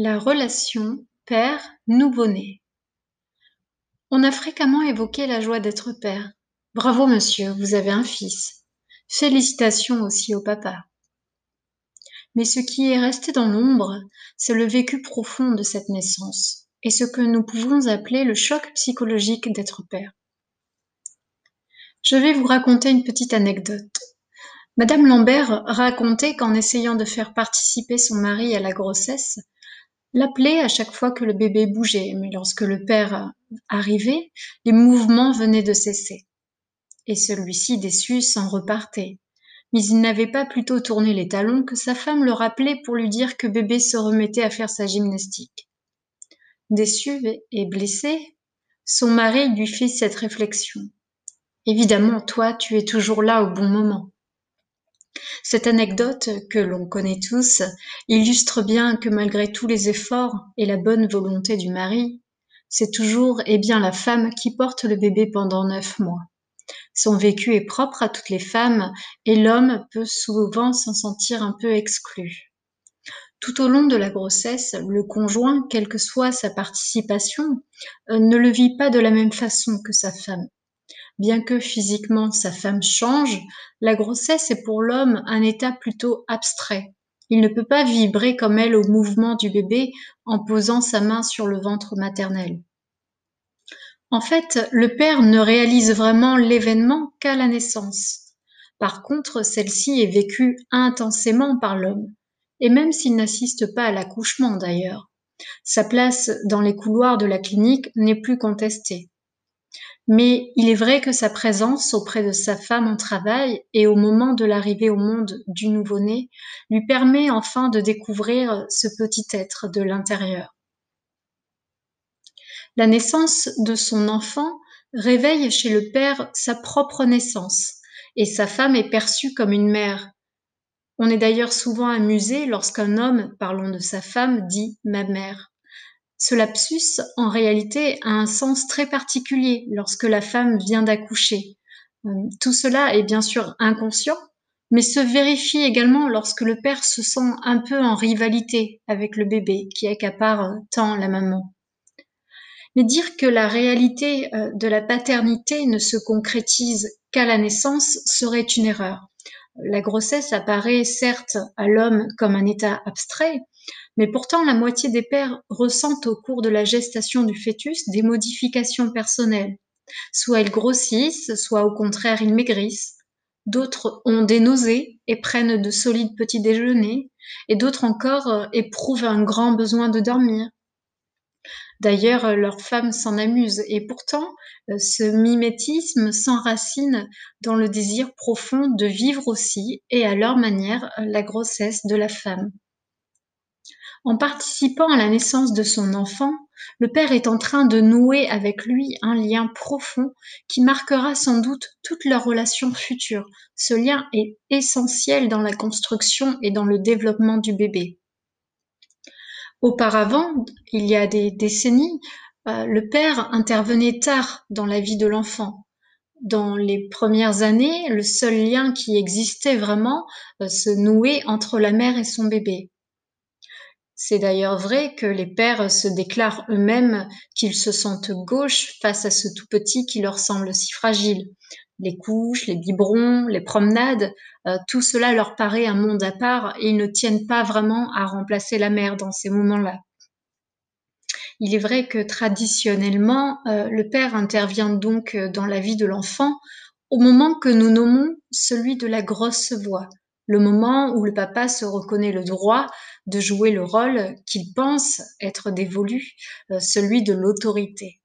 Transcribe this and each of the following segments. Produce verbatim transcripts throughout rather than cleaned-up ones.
La relation père-nouveau-né. On a fréquemment évoqué la joie d'être père. Bravo monsieur, vous avez un fils. Félicitations aussi au papa. Mais ce qui est resté dans l'ombre, c'est le vécu profond de cette naissance, et ce que nous pouvons appeler le choc psychologique d'être père. Je vais vous raconter une petite anecdote. Madame Lambert racontait qu'en essayant de faire participer son mari à la grossesse, l'appelait à chaque fois que le bébé bougeait, mais lorsque le père arrivait, les mouvements venaient de cesser. Et celui-ci, déçu, s'en repartait. Mais il n'avait pas plutôt tourné les talons que sa femme le rappelait pour lui dire que bébé se remettait à faire sa gymnastique. Déçu et blessé, son mari lui fit cette réflexion. Évidemment, toi, tu es toujours là au bon moment. Cette anecdote, que l'on connaît tous, illustre bien que malgré tous les efforts et la bonne volonté du mari, c'est toujours et bien la femme qui porte le bébé pendant neuf mois. Son vécu est propre à toutes les femmes et l'homme peut souvent s'en sentir un peu exclu. Tout au long de la grossesse, le conjoint, quelle que soit sa participation, ne le vit pas de la même façon que sa femme. Bien que physiquement sa femme change, la grossesse est pour l'homme un état plutôt abstrait. Il ne peut pas vibrer comme elle au mouvement du bébé en posant sa main sur le ventre maternel. En fait, le père ne réalise vraiment l'événement qu'à la naissance. Par contre, celle-ci est vécue intensément par l'homme, et même s'il n'assiste pas à l'accouchement d'ailleurs. Sa place dans les couloirs de la clinique n'est plus contestée. Mais il est vrai que sa présence auprès de sa femme en travail et au moment de l'arrivée au monde du nouveau-né lui permet enfin de découvrir ce petit être de l'intérieur. La naissance de son enfant réveille chez le père sa propre naissance et sa femme est perçue comme une mère. On est d'ailleurs souvent amusé lorsqu'un homme, parlant de sa femme, dit « ma mère ». Ce lapsus, en réalité, a un sens très particulier lorsque la femme vient d'accoucher. Tout cela est bien sûr inconscient, mais se vérifie également lorsque le père se sent un peu en rivalité avec le bébé qui accapare tant la maman. Mais dire que la réalité de la paternité ne se concrétise qu'à la naissance serait une erreur. La grossesse apparaît certes à l'homme comme un état abstrait, mais pourtant la moitié des pères ressentent au cours de la gestation du fœtus des modifications personnelles. Soit ils grossissent, soit au contraire ils maigrissent. D'autres ont des nausées et prennent de solides petits déjeuners, et d'autres encore éprouvent un grand besoin de dormir. D'ailleurs, leurs femmes s'en amusent, et pourtant, ce mimétisme s'enracine dans le désir profond de vivre aussi, et à leur manière, la grossesse de la femme. En participant à la naissance de son enfant, le père est en train de nouer avec lui un lien profond qui marquera sans doute toute leur relation future. Ce lien est essentiel dans la construction et dans le développement du bébé. Auparavant, il y a des décennies, le père intervenait tard dans la vie de l'enfant. Dans les premières années, le seul lien qui existait vraiment se nouait entre la mère et son bébé. C'est d'ailleurs vrai que les pères se déclarent eux-mêmes qu'ils se sentent gauches face à ce tout petit qui leur semble si fragile. Les couches, les biberons, les promenades, euh, tout cela leur paraît un monde à part et ils ne tiennent pas vraiment à remplacer la mère dans ces moments-là. Il est vrai que traditionnellement, euh, le père intervient donc dans la vie de l'enfant au moment que nous nommons celui de la grosse voix, le moment où le papa se reconnaît le droit de jouer le rôle qu'il pense être dévolu, euh, celui de l'autorité.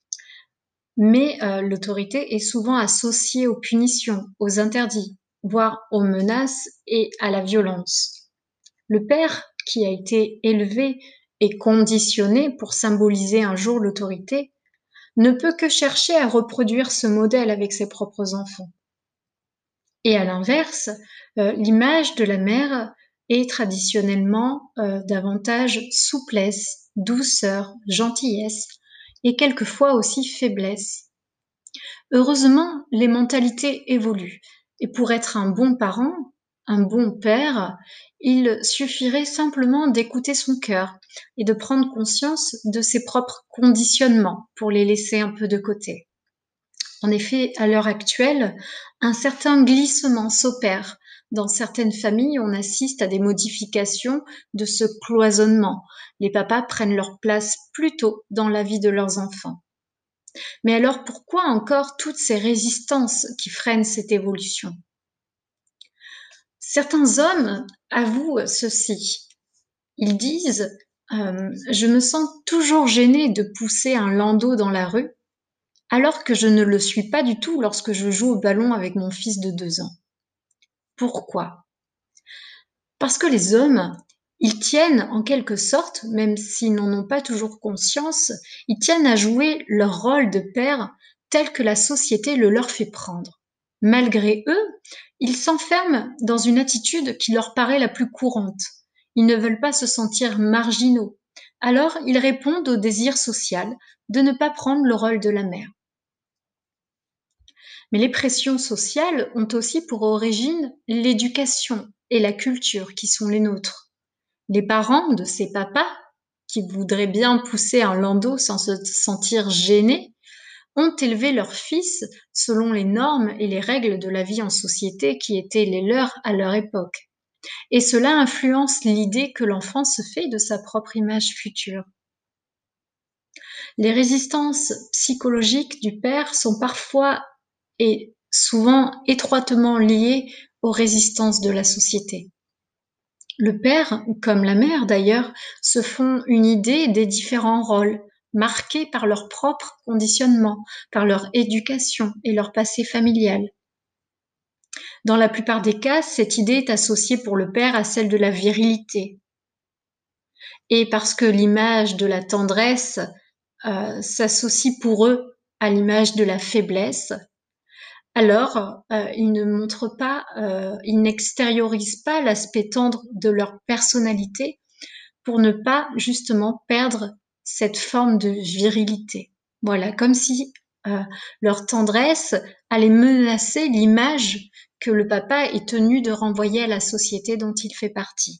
Mais euh, l'autorité est souvent associée aux punitions, aux interdits, voire aux menaces et à la violence. Le père, qui a été élevé et conditionné pour symboliser un jour l'autorité, ne peut que chercher à reproduire ce modèle avec ses propres enfants. Et à l'inverse, euh, l'image de la mère est traditionnellement euh, davantage souplesse, douceur, gentillesse et quelquefois aussi faiblesse. Heureusement, les mentalités évoluent et pour être un bon parent, un bon père, il suffirait simplement d'écouter son cœur et de prendre conscience de ses propres conditionnements pour les laisser un peu de côté. En effet, à l'heure actuelle, un certain glissement s'opère. Dans certaines familles, on assiste à des modifications de ce cloisonnement. Les papas prennent leur place plus tôt dans la vie de leurs enfants. Mais alors pourquoi encore toutes ces résistances qui freinent cette évolution? Certains hommes avouent ceci. Ils disent euh, je me sens toujours gêné de pousser un landau dans la rue, alors que je ne le suis pas du tout lorsque je joue au ballon avec mon fils de deux ans. Pourquoi? Parce que les hommes, ils tiennent en quelque sorte, même s'ils n'en ont pas toujours conscience, ils tiennent à jouer leur rôle de père tel que la société le leur fait prendre. Malgré eux, ils s'enferment dans une attitude qui leur paraît la plus courante. Ils ne veulent pas se sentir marginaux. Alors, ils répondent au désir social de ne pas prendre le rôle de la mère. Mais les pressions sociales ont aussi pour origine l'éducation et la culture qui sont les nôtres. Les parents de ces papas, qui voudraient bien pousser un landau sans se sentir gênés, ont élevé leurs fils selon les normes et les règles de la vie en société qui étaient les leurs à leur époque. Et cela influence l'idée que l'enfant se fait de sa propre image future. Les résistances psychologiques du père sont parfois et souvent étroitement liées aux résistances de la société. Le père, comme la mère d'ailleurs, se font une idée des différents rôles, marqués par leur propre conditionnement, par leur éducation et leur passé familial. Dans la plupart des cas, cette idée est associée pour le père à celle de la virilité. Et parce que l'image de la tendresse euh, s'associe pour eux à l'image de la faiblesse, alors euh, ils ne montrent pas, euh, ils n'extériorisent pas l'aspect tendre de leur personnalité pour ne pas justement perdre cette forme de virilité. Voilà, comme si euh, leur tendresse allait menacer l'image que le papa est tenu de renvoyer à la société dont il fait partie.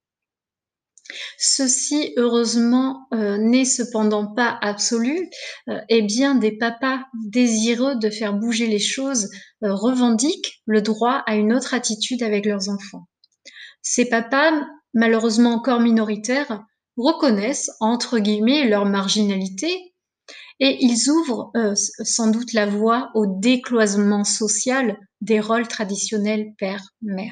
Ceci, heureusement, euh, n'est cependant pas absolu, euh, et bien des papas désireux de faire bouger les choses euh, revendiquent le droit à une autre attitude avec leurs enfants. Ces papas, malheureusement encore minoritaires, reconnaissent, entre guillemets, leur marginalité et ils ouvrent euh, sans doute la voie au décloisonnement social des rôles traditionnels père-mère.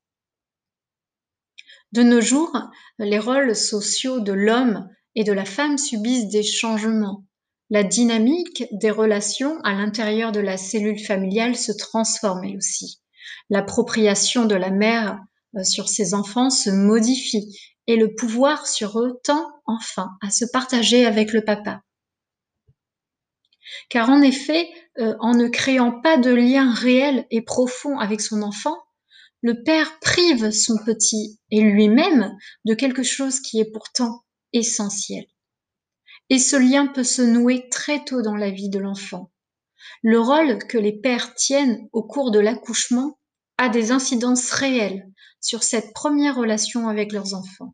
De nos jours, les rôles sociaux de l'homme et de la femme subissent des changements. La dynamique des relations à l'intérieur de la cellule familiale se transforme elle aussi. L'appropriation de la mère sur ses enfants se modifie et le pouvoir sur eux tend enfin à se partager avec le papa. Car en effet, euh, en ne créant pas de lien réel et profond avec son enfant, le père prive son petit et lui-même de quelque chose qui est pourtant essentiel. Et ce lien peut se nouer très tôt dans la vie de l'enfant. Le rôle que les pères tiennent au cours de l'accouchement a des incidences réelles sur cette première relation avec leurs enfants.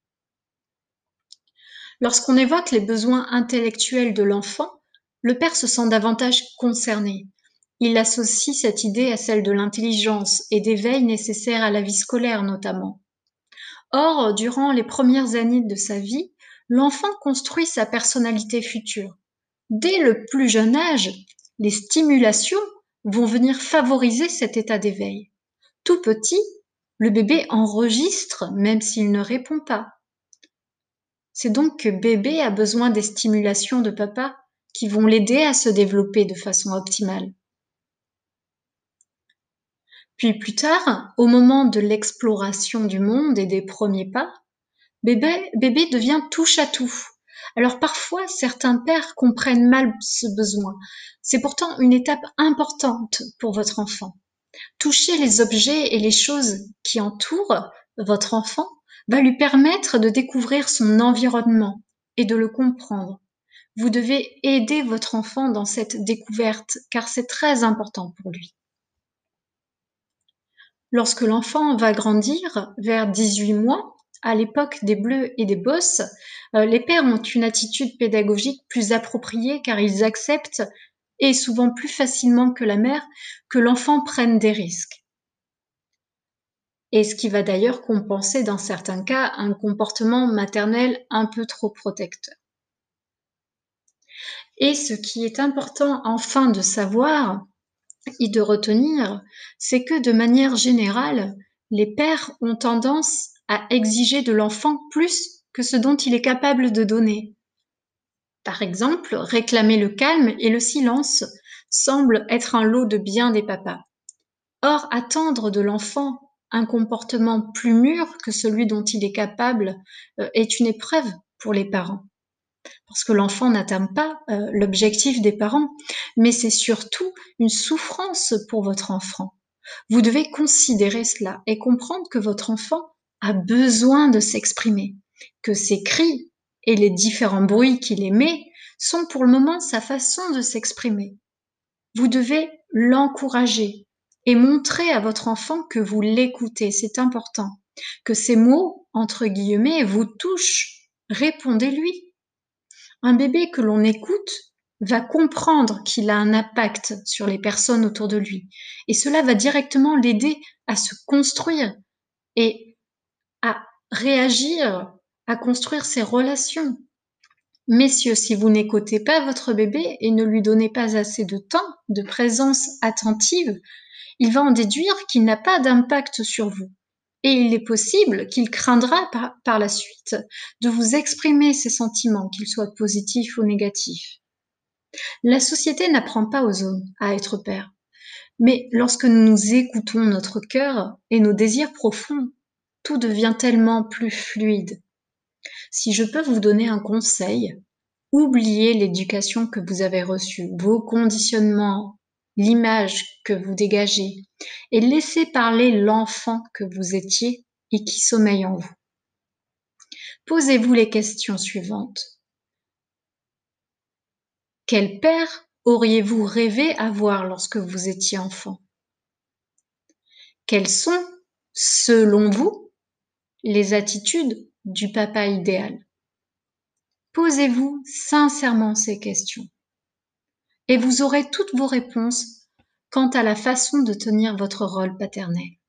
Lorsqu'on évoque les besoins intellectuels de l'enfant, le père se sent davantage concerné. Il associe cette idée à celle de l'intelligence et d'éveil nécessaire à la vie scolaire notamment. Or, durant les premières années de sa vie, l'enfant construit sa personnalité future. Dès le plus jeune âge, les stimulations vont venir favoriser cet état d'éveil. Tout petit, le bébé enregistre même s'il ne répond pas. C'est donc que bébé a besoin des stimulations de papa qui vont l'aider à se développer de façon optimale. Puis plus tard, au moment de l'exploration du monde et des premiers pas, bébé, bébé devient touche à tout. Alors parfois, certains pères comprennent mal ce besoin. C'est pourtant une étape importante pour votre enfant. Toucher les objets et les choses qui entourent votre enfant va lui permettre de découvrir son environnement et de le comprendre. Vous devez aider votre enfant dans cette découverte car c'est très important pour lui. Lorsque l'enfant va grandir vers dix-huit mois, à l'époque des bleus et des bosses, euh, les pères ont une attitude pédagogique plus appropriée car ils acceptent, et souvent plus facilement que la mère, que l'enfant prenne des risques. Et ce qui va d'ailleurs compenser dans certains cas un comportement maternel un peu trop protecteur. Et ce qui est important enfin de savoir et de retenir, c'est que de manière générale, les pères ont tendance à exiger de l'enfant plus que ce dont il est capable de donner. Par exemple, réclamer le calme et le silence semble être un lot de bien des papas. Or, attendre de l'enfant un comportement plus mûr que celui dont il est capable euh, est une épreuve pour les parents. Parce que l'enfant n'atteint pas euh, l'objectif des parents, mais c'est surtout une souffrance pour votre enfant. Vous devez considérer cela et comprendre que votre enfant a besoin de s'exprimer, que ses cris et les différents bruits qu'il émet sont pour le moment sa façon de s'exprimer. Vous devez l'encourager et montrer à votre enfant que vous l'écoutez, c'est important, que ces mots, entre guillemets, vous touchent. Répondez-lui. Un bébé que l'on écoute va comprendre qu'il a un impact sur les personnes autour de lui. Et cela va directement l'aider à se construire et à réagir, à construire ses relations. Messieurs, si vous n'écoutez pas votre bébé et ne lui donnez pas assez de temps, de présence attentive, il va en déduire qu'il n'a pas d'impact sur vous. Et il est possible qu'il craindra par, par la suite de vous exprimer ses sentiments, qu'ils soient positifs ou négatifs. La société n'apprend pas aux hommes à être pères. Mais lorsque nous écoutons notre cœur et nos désirs profonds, tout devient tellement plus fluide. Si je peux vous donner un conseil, oubliez l'éducation que vous avez reçue, vos conditionnements, l'image que vous dégagez, et laissez parler l'enfant que vous étiez et qui sommeille en vous. Posez-vous les questions suivantes. Quel père auriez-vous rêvé avoir lorsque vous étiez enfant? Quelles sont, selon vous, les attitudes du papa idéal? Posez-vous sincèrement ces questions et vous aurez toutes vos réponses quant à la façon de tenir votre rôle paternel.